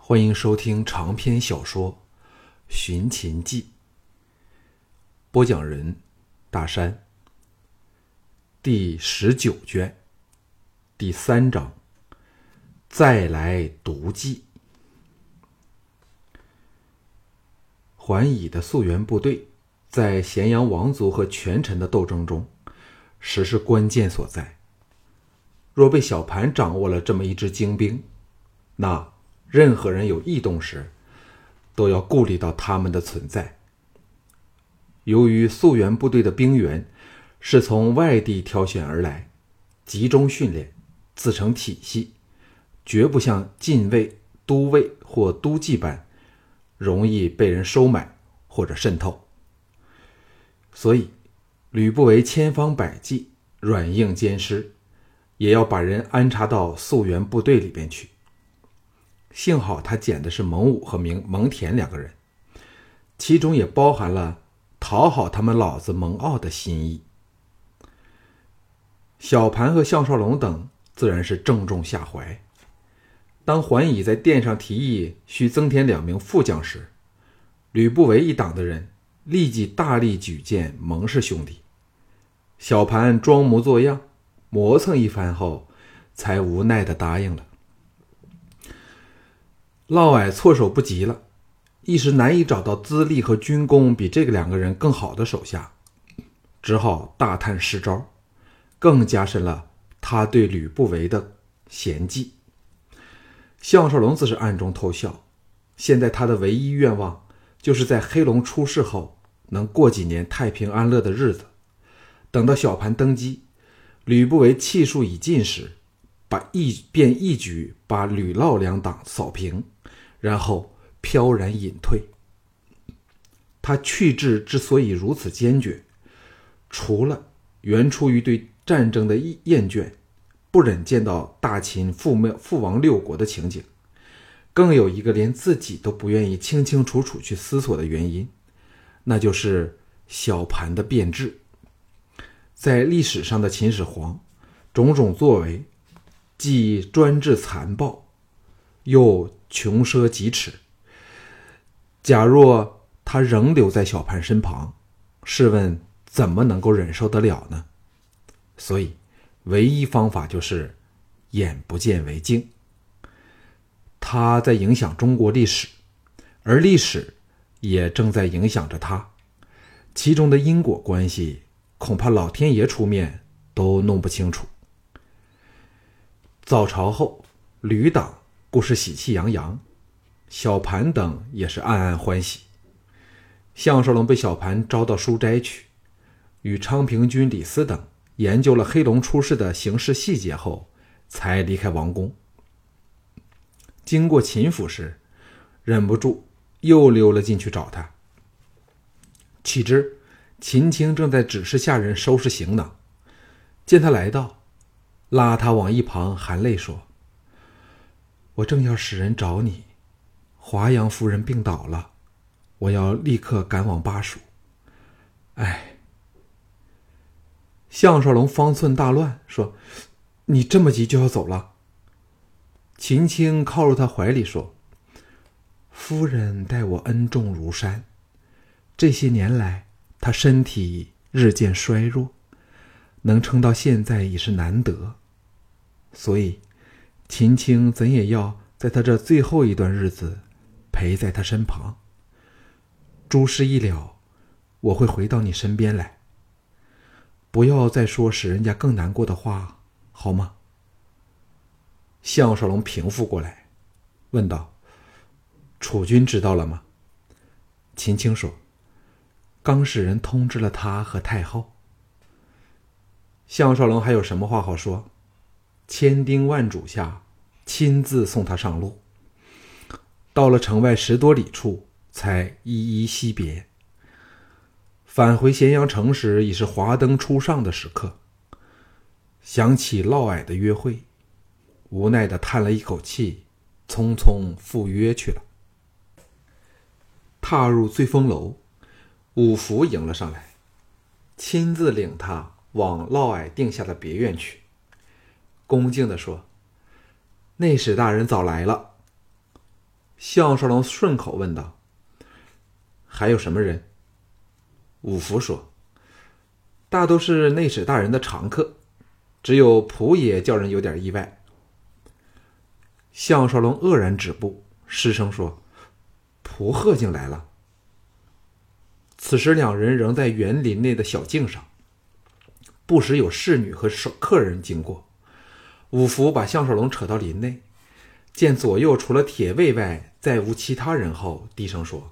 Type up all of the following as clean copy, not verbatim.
欢迎收听长篇小说《寻秦记》，播讲人大山，第19卷，第3章，再来毒计。桓乙的溯源部队在咸阳王族和权臣的斗争中实是关键所在。若被小盘掌握了这么一支精兵，那任何人有异动时都要顾虑到他们的存在。由于溯源部队的兵员是从外地挑选而来，集中训练，自成体系，绝不像禁卫、都尉或都记般容易被人收买或者渗透。所以吕不韦千方百计，软硬兼施，也要把人安插到溯源部队里边去。幸好他拣的是蒙武和蒙恬2个人，其中也包含了讨好他们老子蒙骜的心意。小盘和项少龙等自然是正中下怀。当桓乙在殿上提议需增添2名副将时，吕不韦一党的人立即大力举荐蒙氏兄弟。小盘装模作样磨蹭一番后，才无奈地答应了。嫪毐措手不及了，一时难以找到资历和军功比这2个人更好的手下，只好大叹失招，更加深了他对吕不韦的嫌忌。项少龙自是暗中偷笑，现在他的唯一愿望就是在黑龙出世后能过几年太平安乐的日子，等到小盘登基，吕不韦气数已尽时，便一举把吕嫪2党扫平，然后飘然隐退。他去志之所以如此坚决，除了原出于对战争的厌倦，不忍见到大秦覆亡6国的情景，更有一个连自己都不愿意清清楚楚去思索的原因，那就是小盘的变质。在历史上的秦始皇种种作为，既专制残暴，又穷奢极侈。假若他仍留在小盘身旁，试问怎么能够忍受得了呢？所以唯一方法就是眼不见为净。他在影响中国历史，而历史也正在影响着他，其中的因果关系恐怕老天爷出面都弄不清楚。早朝后，吕党故是喜气洋洋，小盘等也是暗暗欢喜。项少龙被小盘招到书斋去，与昌平君李斯等研究了黑龙出世的形势细节后，才离开王宫。经过秦府时，忍不住又溜了进去找他。岂知秦青正在指示下人收拾行囊，见他来到，拉他往一旁含泪说：“我正要使人找你，华阳夫人病倒了，我要立刻赶往巴蜀。哎。”项少龙方寸大乱，说：“你这么急就要走了？”秦青靠入他怀里说：“夫人待我恩重如山，这些年来她身体日渐衰弱，能撑到现在已是难得，所以秦青怎也要在她这最后一段日子陪在她身旁。诸事一了，我会回到你身边来，不要再说使人家更难过的话，好吗？”项少龙平复过来，问道：“楚军知道了吗？”秦青说：“刚使人通知了他和太后。”项少龙还有什么话好说？千叮万嘱下，亲自送他上路。到了城外10多里处，才一一惜别。返回咸阳城时，已是华灯初上的时刻。想起嫪毐的约会，无奈地叹了一口气，匆匆赴约去了。踏入醉风楼，五福迎了上来，亲自领他往嫪毐定下的别院去，恭敬地说：“内史大人早来了。” 项少龙顺口问道：“还有什么人？”五福说：“大都是内史大人的常客，只有仆爷叫人有点意外。”项少龙愕然止步，失声说：“仆鹤竟来了。”此时两人仍在园林内的小径上，不时有侍女和客人经过。五福把项少龙扯到林内，见左右除了铁卫外再无其他人后，低声说：“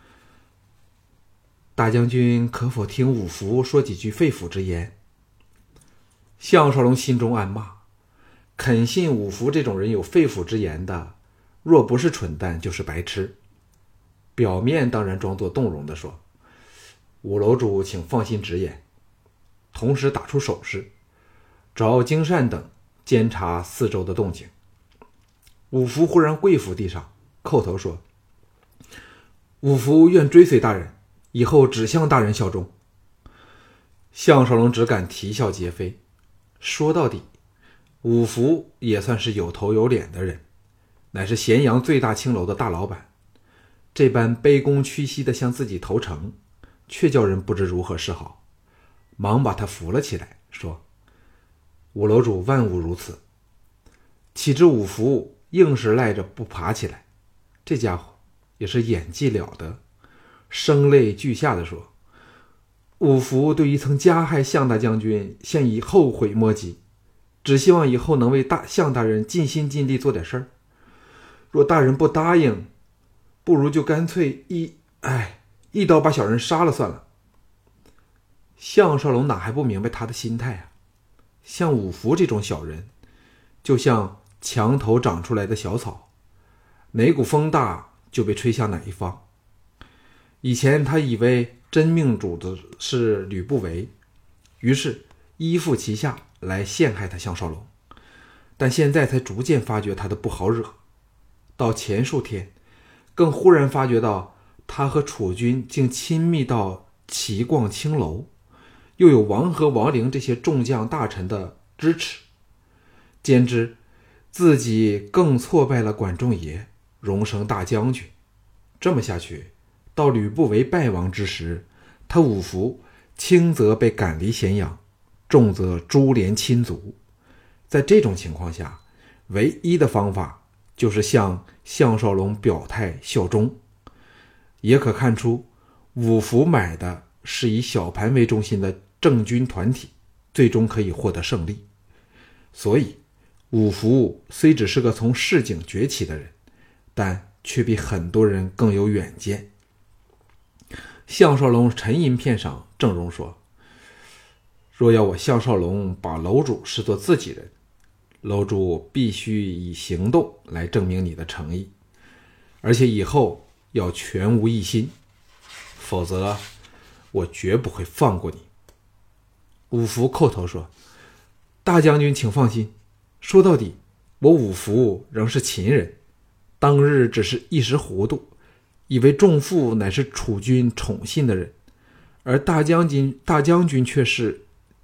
大将军可否听五福说几句肺腑之言？”项少龙心中暗骂，肯信五福这种人有肺腑之言的，若不是蠢蛋就是白痴。表面当然装作动容地说：“五楼主请放心直言。”同时打出手势，找金善等监察四周的动静。五福忽然跪伏地上，叩头说：“五福愿追随大人，以后只向大人效忠。”项少龙只敢啼笑皆非。说到底，五福也算是有头有脸的人，乃是咸阳最大青楼的大老板，这般卑躬屈膝地向自己投诚，却叫人不知如何是好，忙把他扶了起来，说：“五楼主万勿如此。”岂知五福硬是赖着不爬起来，这家伙也是演技了得，声泪俱下地说：“五福对于曾加害项大将军现已后悔莫及，只希望以后能为项大人尽心尽力做点事儿。若大人不答应，不如就干脆一刀把小人杀了算了。”项少龙哪还不明白他的心态啊？像五福这种小人，就像墙头长出来的小草，哪股风大就被吹向哪一方。以前他以为真命主子是吕不韦，于是依附其下来陷害他项少龙，但现在才逐渐发觉他的不好惹。到前数天，更忽然发觉到他和楚军竟亲密到齐逛青楼，又有王和王陵这些众将大臣的支持，兼之自己更挫败了管仲爷，荣升大将军。这么下去，到吕不韦败亡之时，他五福轻则被赶离咸阳，重则株连亲族。在这种情况下，唯一的方法就是向项少龙表态效忠。也可看出，五福买的是以小盘为中心的政军团体，最终可以获得胜利。所以五福虽只是个从市井崛起的人，但却比很多人更有远见。项少龙沉吟片上，正容说：“若要我项少龙把楼主视作自己人，楼主必须以行动来证明你的诚意，而且以后要全无一心，否则我绝不会放过你。”五福叩头说：“大将军请放心，说到底，我五福仍是秦人，当日只是一时糊涂，以为仲父乃是楚军宠信的人，而大将军却是……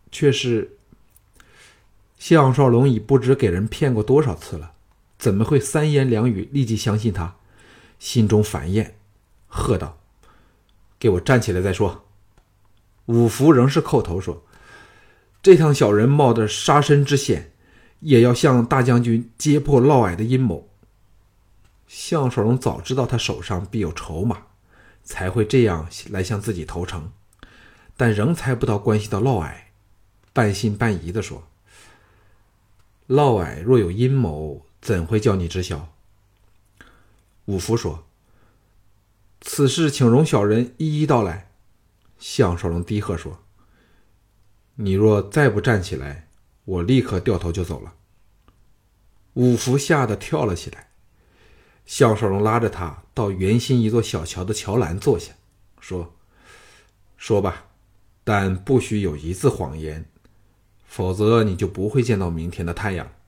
项少龙已不知给人骗过多少次了，怎么会三言两语立即相信他？心中烦厌，喝道：“给我站起来再说！”五福仍是叩头说：“这趟小人冒着杀身之险，也要向大将军揭破嫪毐的阴谋。”项少龙早知道他手上必有筹码，才会这样来向自己投诚，但仍猜不到关系到嫪毐，半信半疑地说：“嫪毐若有阴谋，怎会叫你知晓？”五福说：“此事请容小人一一道来。”项少龙低喝说：“你若再不站起来，我立刻掉头就走了。”五福吓得跳了起来。项少龙拉着他到园心一座小桥的桥栏坐下，说：“说吧，但不许有一字谎言，否则你就不会见到明天的太阳。”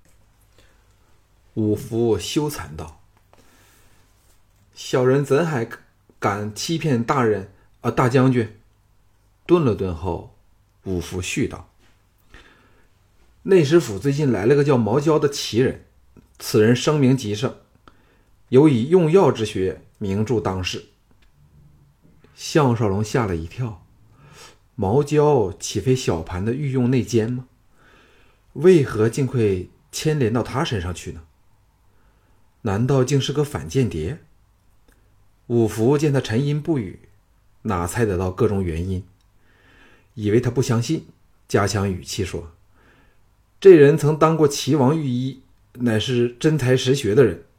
五福羞惭道：“小人怎还敢欺骗大人大将军？”顿了顿后，五福续道：“内史府最近来了个叫毛娇的奇人，此人声名极盛， 有以用药之学名著当世。项少龙吓了一跳，毛胶岂非小盘的御用内奸吗？为何竟会牵连到他身上去呢？难道竟是个反间谍？五福见他沉吟不语，哪猜得到各种原因，以为他不相信，加强语气说：这人曾当过齐王御医，乃是真才实学的人。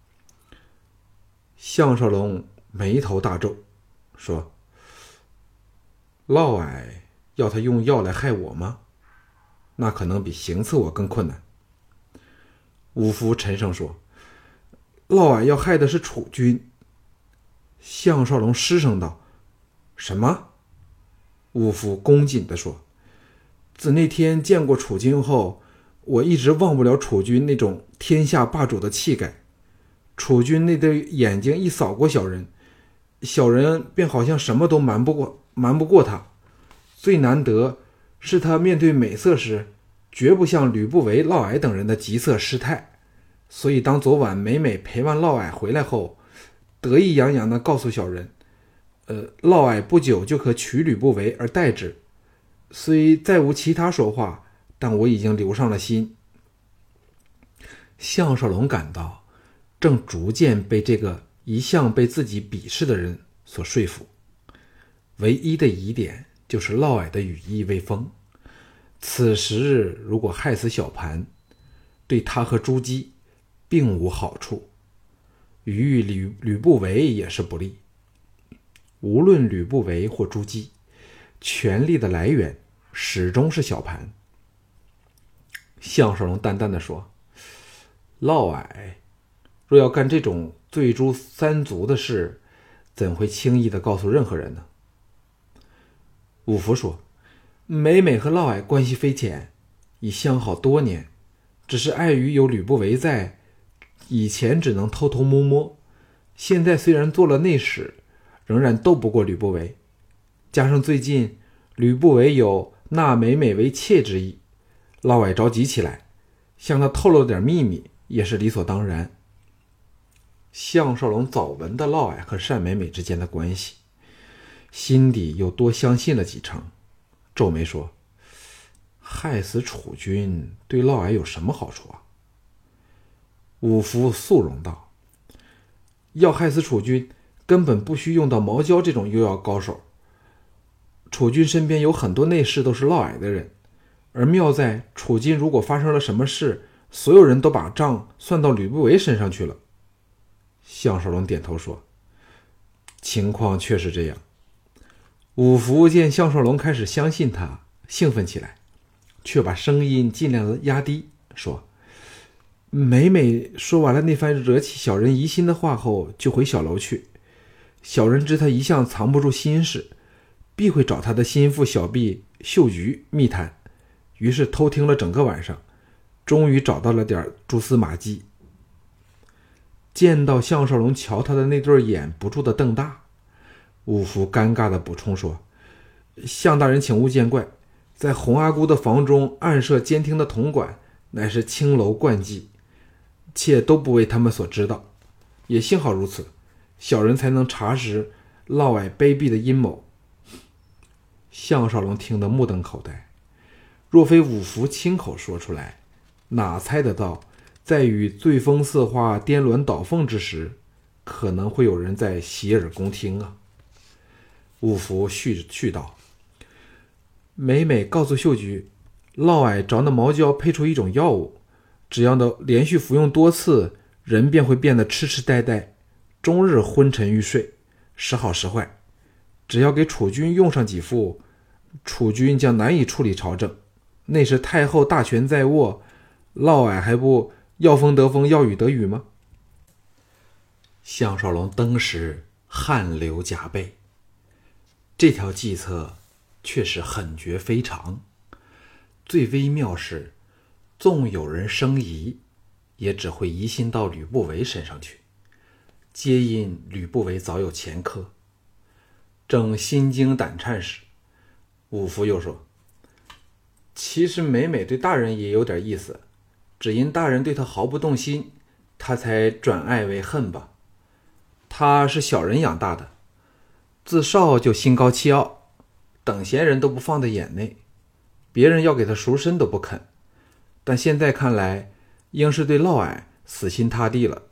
项少龙眉头大皱，说：嫪毐要他用药来害我吗？那可能比行刺我更困难。五福沉声说：嫪毐要害的是楚军。项少龙失声道：什么？五福恭谨地说：自那天见过楚军后，我一直忘不了楚军那种天下霸主的气概。楚军那对眼睛一扫过小人，小人便好像什么都瞒不过他。最难得是他面对美色时，绝不像吕不韦、嫪毐等人的急色失态。所以当昨晚每每陪完嫪毐回来后，得意洋洋地告诉小人，嫪毐不久就可取吕不韦而代之。虽再无其他说话，但我已经留上了心。项少龙感到正逐渐被这个一向被自己鄙视的人所说服。唯一的疑点就是嫪毐的羽翼未丰，此时如果害死小盘，对他和朱姬并无好处，于吕不韦也是不利。无论吕不韦或朱姬，权力的来源始终是小盘。项少龙淡淡的说：嫪毐若要干这种罪诛三族的事，怎会轻易的告诉任何人呢？五福说：每每和嫪毐关系匪浅，已相好多年，只是碍于有吕不韦在，以前只能偷偷摸摸，现在虽然做了内史，仍然斗不过吕不韦。加上最近吕不韦有纳美美为妾之意，嫪毐着急起来，向他透露点秘密也是理所当然。项少龙早闻的嫪毐和单美美之间的关系，心底又多相信了几成，皱眉说：害死楚军对嫪毐有什么好处啊？五福肃容道：要害死楚军，根本不需用到毛胶这种用药高手。楚军身边有很多内侍都是嫪毐的人，而妙在楚军如果发生了什么事，所有人都把账算到吕不韦身上去了。项少龙点头说：情况确实这样。五福见项少龙开始相信他，兴奋起来，却把声音尽量的压低，说：每每说完了那番惹起小人疑心的话后，就回小楼去。小人知他一向藏不住心事，必会找他的心腹小婢秀菊密谈，于是偷听了整个晚上，终于找到了点蛛丝马迹。见到项少龙瞧他的那对眼不住的瞪大，五福尴尬的补充说：项大人请勿见怪，在洪阿姑的房中暗设监听的铜管，乃是青楼惯技，妾都不为他们所知道，也幸好如此，小人才能查实嫪毐卑鄙的阴谋。项少龙听得目瞪口呆，若非五福亲口说出来，哪猜得到在与醉风色化颠鸾倒凤之时，可能会有人在洗耳恭听啊。五福续道：每每告诉秀菊，嫪毐着那毛胶配出一种药物，只要能连续服用多次，人便会变得痴痴呆呆，终日昏沉欲睡，时好时坏。只要给楚军用上几副，楚军将难以处理朝政，那时太后大权在握，嫪毐还不要风得风，要雨得雨吗？项少龙登时汗流浃背，这条计策确实狠绝非常。最微妙是，纵有人生疑，也只会疑心到吕不韦身上去，皆因吕不韦早有前科。正心惊胆颤时，五福又说：其实美美对大人也有点意思，只因大人对他毫不动心， 他才转爱为恨吧。他是小人养大的，自少就心高气傲，等闲人都不放在眼内，别人要给他赎身都不肯。但现在看来，应是对嫪毐死心塌地了。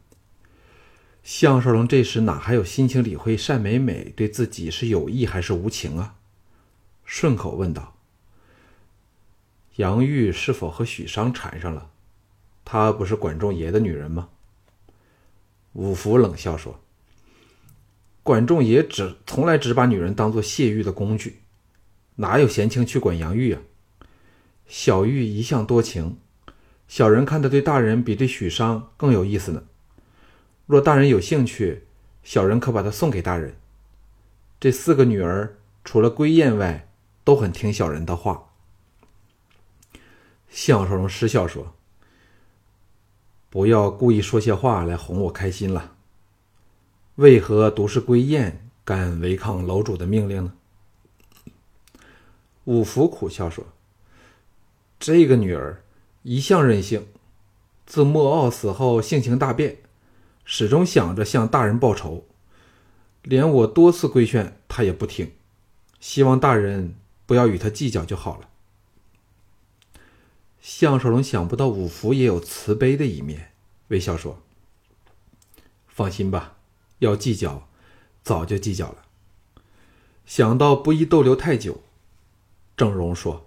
项少龙这时哪还有心情理会单美美对自己是有意还是无情啊？顺口问道：杨玉是否和许商缠上了？她不是管仲爷的女人吗？五福冷笑说：管仲爷从来只把女人当作泄欲的工具，哪有闲情去管杨玉啊？小玉一向多情，小人看得对大人比对许商更有意思呢。若大人有兴趣，小人可把她送给大人。这4个女儿除了归燕外，都很听小人的话。项少龙失笑说：不要故意说些话来哄我开心了。为何独是归燕敢违抗楼主的命令呢？五福苦笑说：这个女儿一向任性，自莫傲死后性情大变，始终想着向大人报仇，连我多次规劝她也不听，希望大人不要与她计较就好了。项少龙想不到五福也有慈悲的一面，微笑说：放心吧，要计较早就计较了。想到不宜逗留太久，郑荣说：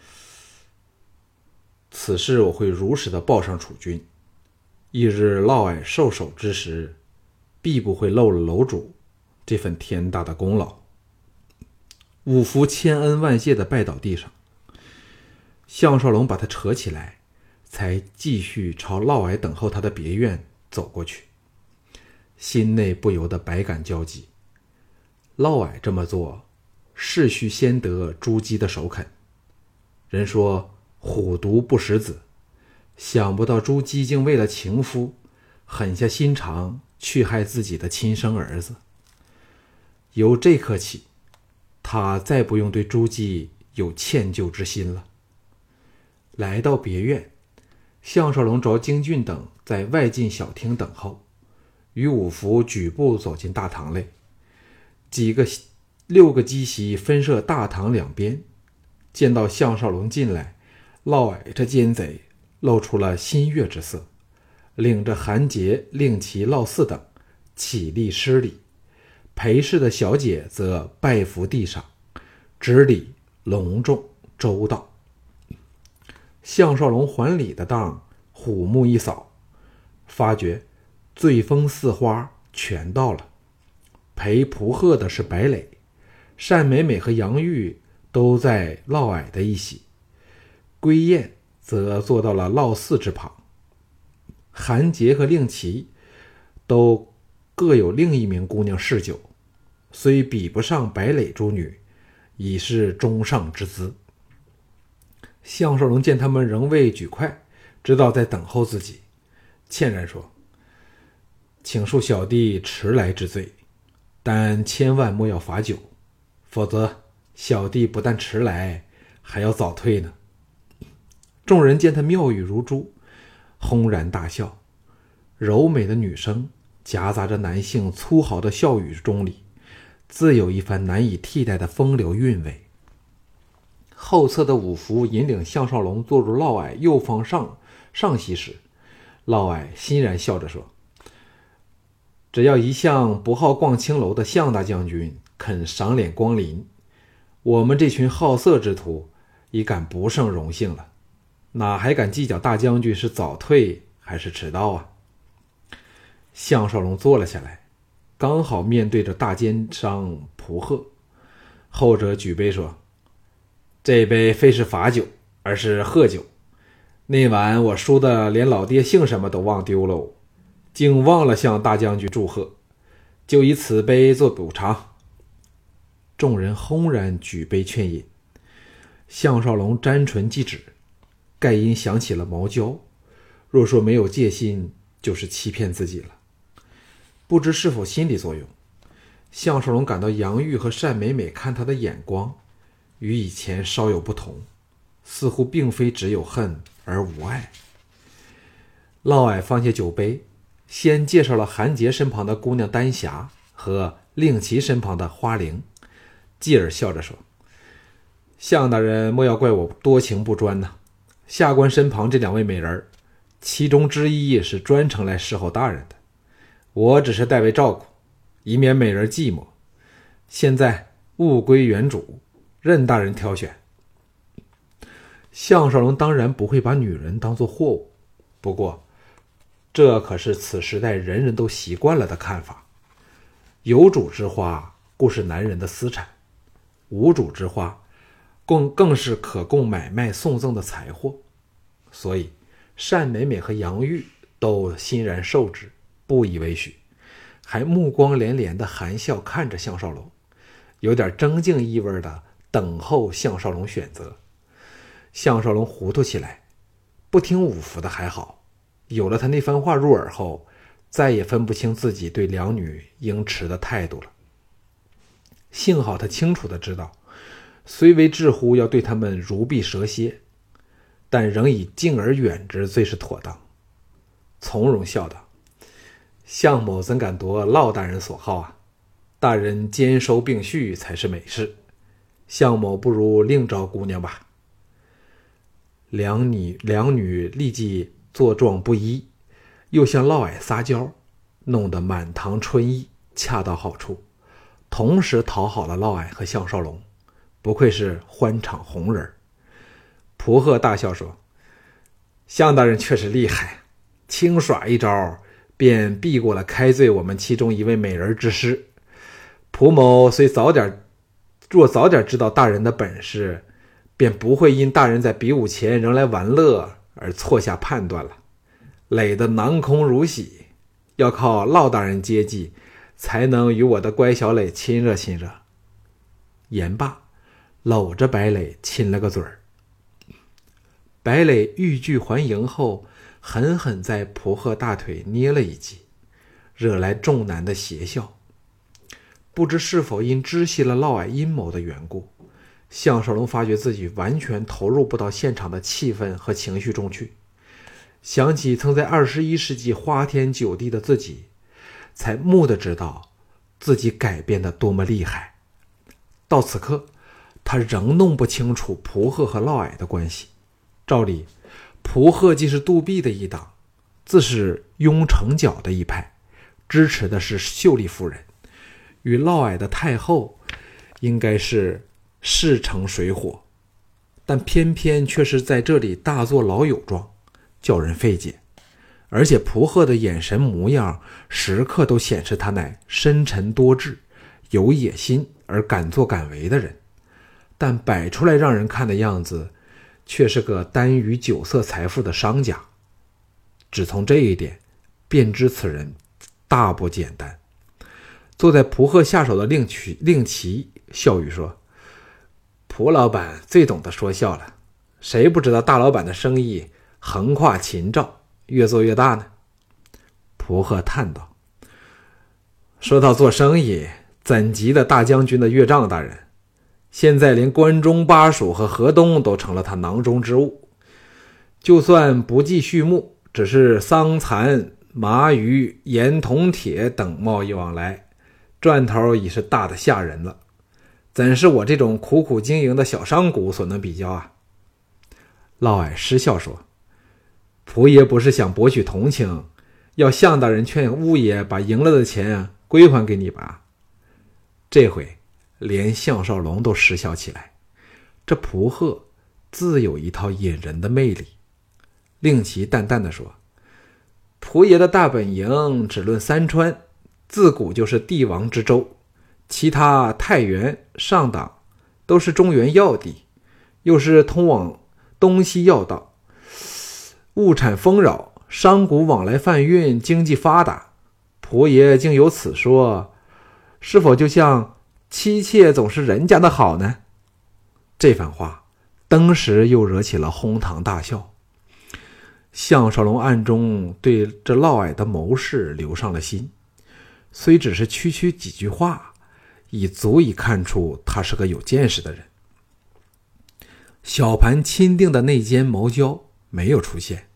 此事我会如实的报上楚君，翌日嫪毐受首之时，必不会漏了楼主这份天大的功劳。五福千恩万谢的拜倒地上。项少龙把他扯起来，才继续朝嫪毐等候他的别院走过去，心内不由得百感交集。嫪毐这么做，势须先得朱姬的首肯。人说虎毒不食子，想不到朱姬竟为了情夫，狠下心肠去害自己的亲生儿子。由这刻起，他再不用对朱姬有歉疚之心了。来到别院，项少龙着京俊等在外进小厅等候，与五福举步走进大堂内。6个机席分设大堂两边，见到项少龙进来，嫪毐这奸贼露出了心悦之色，领着韩杰、令旗、嫪毑等起立施礼，陪侍的小姐则拜伏地上，执礼隆重周到。项少龙还礼的当，虎目一扫，发觉醉风四花全到了。陪仆贺的是白磊，单美美和杨玉都在嫪毐的一席，归燕则坐到了嫪毑之旁。韩杰和令旗都各有另一名姑娘侍酒，虽比不上白磊诸女，已是中上之资。项少龙见他们仍未举筷，知道在等候自己，歉然说：请恕小弟迟来之罪，但千万莫要罚酒，否则小弟不但迟来，还要早退呢。众人见他妙语如珠，轰然大笑，柔美的女声夹杂着男性粗豪的笑语中里，自有一番难以替代的风流韵味。后侧的五福引领项少龙坐入嫪毐右方上席时，嫪毐欣然笑着说：只要一向不好逛青楼的项大将军肯赏脸光临，我们这群好色之徒已感不胜荣幸了，哪还敢计较大将军是早退还是迟到啊？项少龙坐了下来，刚好面对着大奸商仆贺。后者举杯说：这杯非是罚酒，而是贺酒。那晚我输的连老爹姓什么都忘丢了，竟忘了向大将军祝贺，就以此杯做补偿。众人轰然举杯劝饮。项少龙沾唇即止，盖因想起了毛娇，若说没有戒心，就是欺骗自己了。不知是否心理作用，项少龙感到杨玉和单美美看他的眼光与以前稍有不同，似乎并非只有恨而无爱。 嫪毐放下酒杯，先介绍了韩杰身旁的姑娘丹霞和令旗身旁的花灵，继而笑着说：向大人莫要怪我多情不专呢。下官身旁这2位美人，其中之一是专程来侍候大人的，我只是代为照顾，以免美人寂寞。现在物归原主，任大人挑选。项少龙当然不会把女人当作货物，不过这可是此时代人人都习惯了的看法。有主之花故是男人的私产，无主之花更是可供买卖送赠的财货。所以单美美和杨玉都欣然受之，不以为许，还目光连连的含笑看着项少龙，有点争竞意味的等候项少龙选择。项少龙糊涂起来，不听五福的还好，有了他那番话入耳后，再也分不清自己对两女应持的态度了。幸好他清楚地知道，虽为至乎要对他们如臂蛇蝎，但仍以敬而远之最是妥当。从容笑道：项某怎敢夺嫪大人所好啊？大人兼收并蓄才是美事，项某不如另招姑娘吧。两女立即作状不一，又向嫪毐撒娇，弄得满堂春意，恰到好处，同时讨好了嫪毐和项少龙，不愧是欢场红人。蒲鹤大笑说：项大人确实厉害，轻耍一招便避过了开罪我们其中一位美人之师。蒲某虽若早点知道大人的本事，便不会因大人在比武前仍来玩乐而错下判断了。累得囊空如洗，要靠嫪大人接济，才能与我的乖小磊亲热亲热。言罢，搂着白磊亲了个嘴儿。白磊欲拒还迎后，狠狠在蒲鹤大腿捏了一记，惹来众男的邪笑。不知是否因知悉了嫪毐阴谋的缘故，项少龙发觉自己完全投入不到现场的气氛和情绪中去，想起曾在21世纪花天酒地的自己，才蓦地知道自己改变得多么厉害。到此刻，他仍弄不清楚蒲鹤和嫪毐的关系。照理，蒲鹤既是杜弼的一党，自是雍城角的一派，支持的是秀丽夫人，与嫪毐的太后应该是势成水火，但偏偏却是在这里大做老友状，叫人费解。而且蒲鹤的眼神模样时刻都显示他乃深沉多智、有野心而敢作敢为的人，但摆出来让人看的样子却是个耽于酒色财富的商家。只从这一点便知此人大不简单。坐在蒲鹤下手的令旗笑语说：蒲老板最懂得说笑了，谁不知道大老板的生意横跨秦赵，越做越大呢？蒲鹤叹道：说到做生意，怎及的大将军的岳丈大人？现在连关中巴蜀和河东都成了他囊中之物，就算不计畜牧，只是桑蚕、麻鱼、盐铜铁等贸易往来，赚头已是大的吓人了，怎是我这种苦苦经营的小商贾所能比较啊？嫪毐失笑说：仆爷不是想博取同情，要项大人劝乌爷把赢了的钱归还给你吧？这回连项少龙都失笑起来，这蒲鹤自有一套引人的魅力。令旗淡淡地说：仆爷的大本营只论三川，自古就是帝王之州，其他太原、上党都是中原要地，又是通往东西要道，物产丰饶，商贾往来贩运，经济发达。仆爷竟有此说，是否就像妻妾总是人家的好呢？这番话当时又惹起了哄堂大笑。项少龙暗中对这嫪毐的谋士留上了心，虽只是区区几句话，已足以看出他是个有见识的人。小盘钦定的那间谋交没有出现，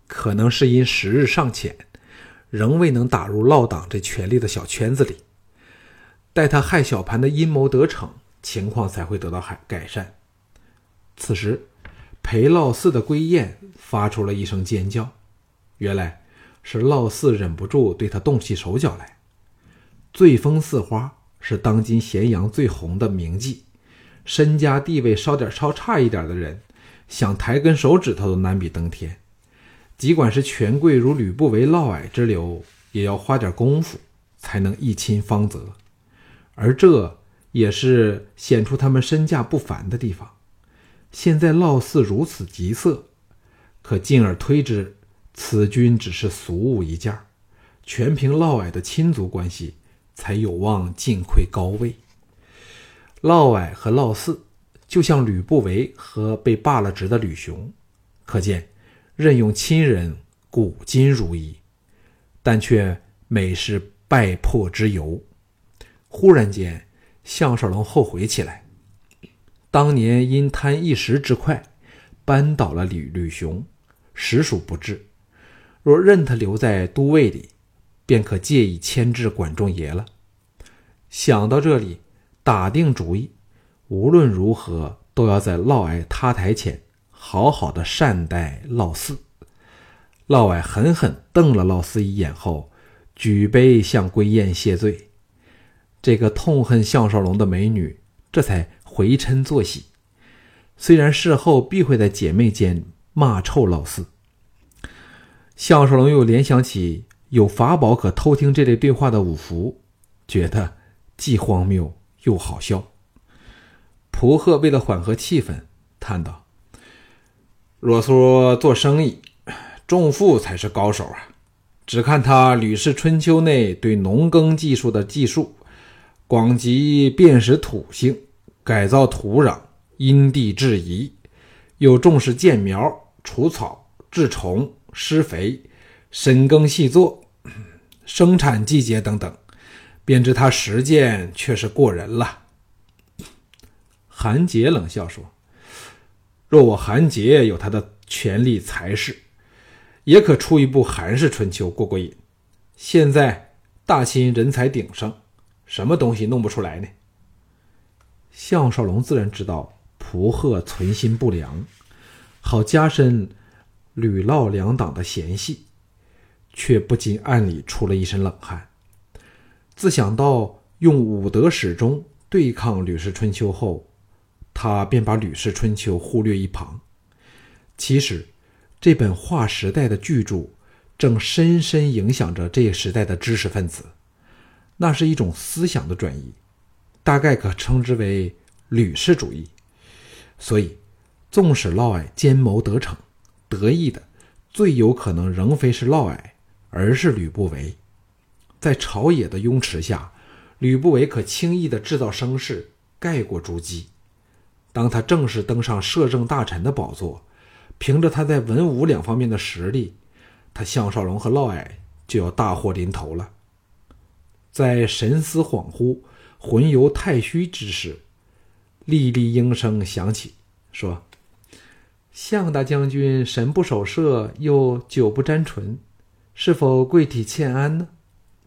可能是因时日尚浅，仍未能打入老党这权力的小圈子里。待他害小盘的阴谋得逞，情况才会得到改善。此时陪老四的归燕发出了一声尖叫，原来是老四忍不住对他动起手脚来。醉风似花是当今咸阳最红的名妓，身家地位稍差一点的人，想抬根手指头都难比登天。尽管是权贵如吕不韦、嫪毐之流，也要花点功夫才能一亲芳泽，而这也是显出他们身价不凡的地方。现在老四如此急色，可进而推知此君只是俗物一件，全凭嫪毐的亲族关系才有望尽窥高位。嫪毐和老四就像吕不韦和被罢了职的吕雄，可见任用亲人古今如一，但却每是败破之由。忽然间，项少龙后悔起来，当年因贪一时之快，扳倒了吕雄，实属不智。若任他留在都尉里，便可借以牵制管仲爷了。想到这里，打定主意，无论如何都要在嫪毐塌台前好好的善待老四。嫪毐狠狠瞪了老四一眼后，举杯向归燕谢罪。这个痛恨项少龙的美女这才回嗔作喜，虽然事后必会在姐妹间骂臭老四。项少龙又联想起有法宝可偷听这类对话的五福，觉得既荒谬又好笑。蒲贺为了缓和气氛叹道：若说做生意，仲父才是高手啊！只看他《吕氏春秋》内对农耕技术的记述，广集辨识土性，改造土壤，因地制宜，又重视见苗、除草、治虫、施肥、深耕细作、生产季节等等，便知他实践却是过人了。韩杰冷笑说：若我韩杰有他的权力才势，也可出一部韩氏春秋过过瘾。现在大秦人才鼎盛，什么东西弄不出来呢？项少龙自然知道蒲贺存心不良，好加深吕嫪两党的嫌隙，却不禁暗里出了一身冷汗。自想到用武德始终对抗吕氏春秋后，他便把吕氏春秋忽略一旁。其实这本划时代的巨著正深深影响着这个时代的知识分子，那是一种思想的转移，大概可称之为吕氏主义。所以纵使嫪毐奸谋得逞，得意的最有可能仍非是嫪毐，而是吕不韦。在朝野的拥持下，吕不韦可轻易地制造声势，盖过朱姬。当他正式登上摄政大臣的宝座，凭着他在文武两方面的实力，他项少龙和嫪毐就要大祸临头了。在神思恍惚、魂游太虚之时，厉厉应声响起，说：项大将军神不守舍，又酒不沾唇，是否贵体欠安呢？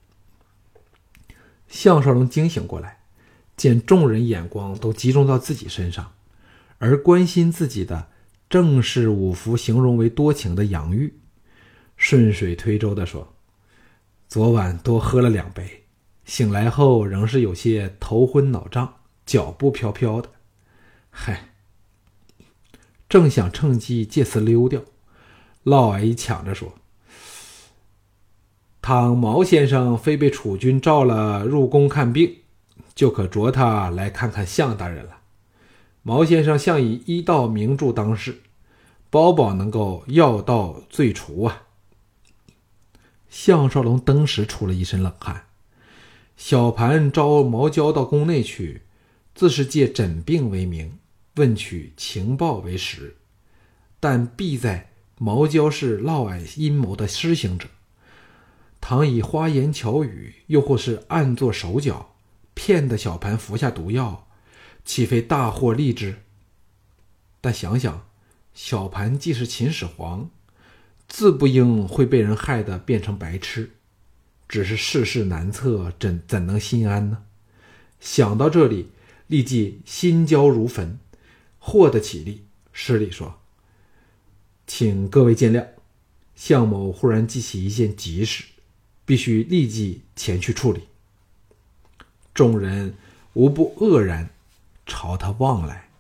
项少龙惊醒过来，见众人眼光都集中到自己身上，而关心自己的正是五福形容为多情的杨玉。顺水推舟地说：昨晚多喝了2杯，醒来后仍是有些头昏脑胀，脚步飘飘的。嗨，正想趁机借此溜掉，嫪毐抢着说：倘毛先生非被楚军召了入宫看病，就可着他来看看项大人了。毛先生向以医道名著当世，包保能够药到罪除啊。项少龙登时出了一身冷汗。小盘招毛娇到宫内去，自是借诊病为名，问取情报为实，但必在毛娇是嫪毐阴谋的施行者。倘以花言巧语，又或是暗做手脚，骗得小盘服下毒药，岂非大祸立之？但想想小盘既是秦始皇， 自不应会被人害得变成白痴，只是世事难测，怎能心安呢？想到这里，立即心焦如焚，霍得起立，施礼说：请各位见谅，项某忽然记起一件急事，必须立即前去处理。众人无不愕然，朝他望来。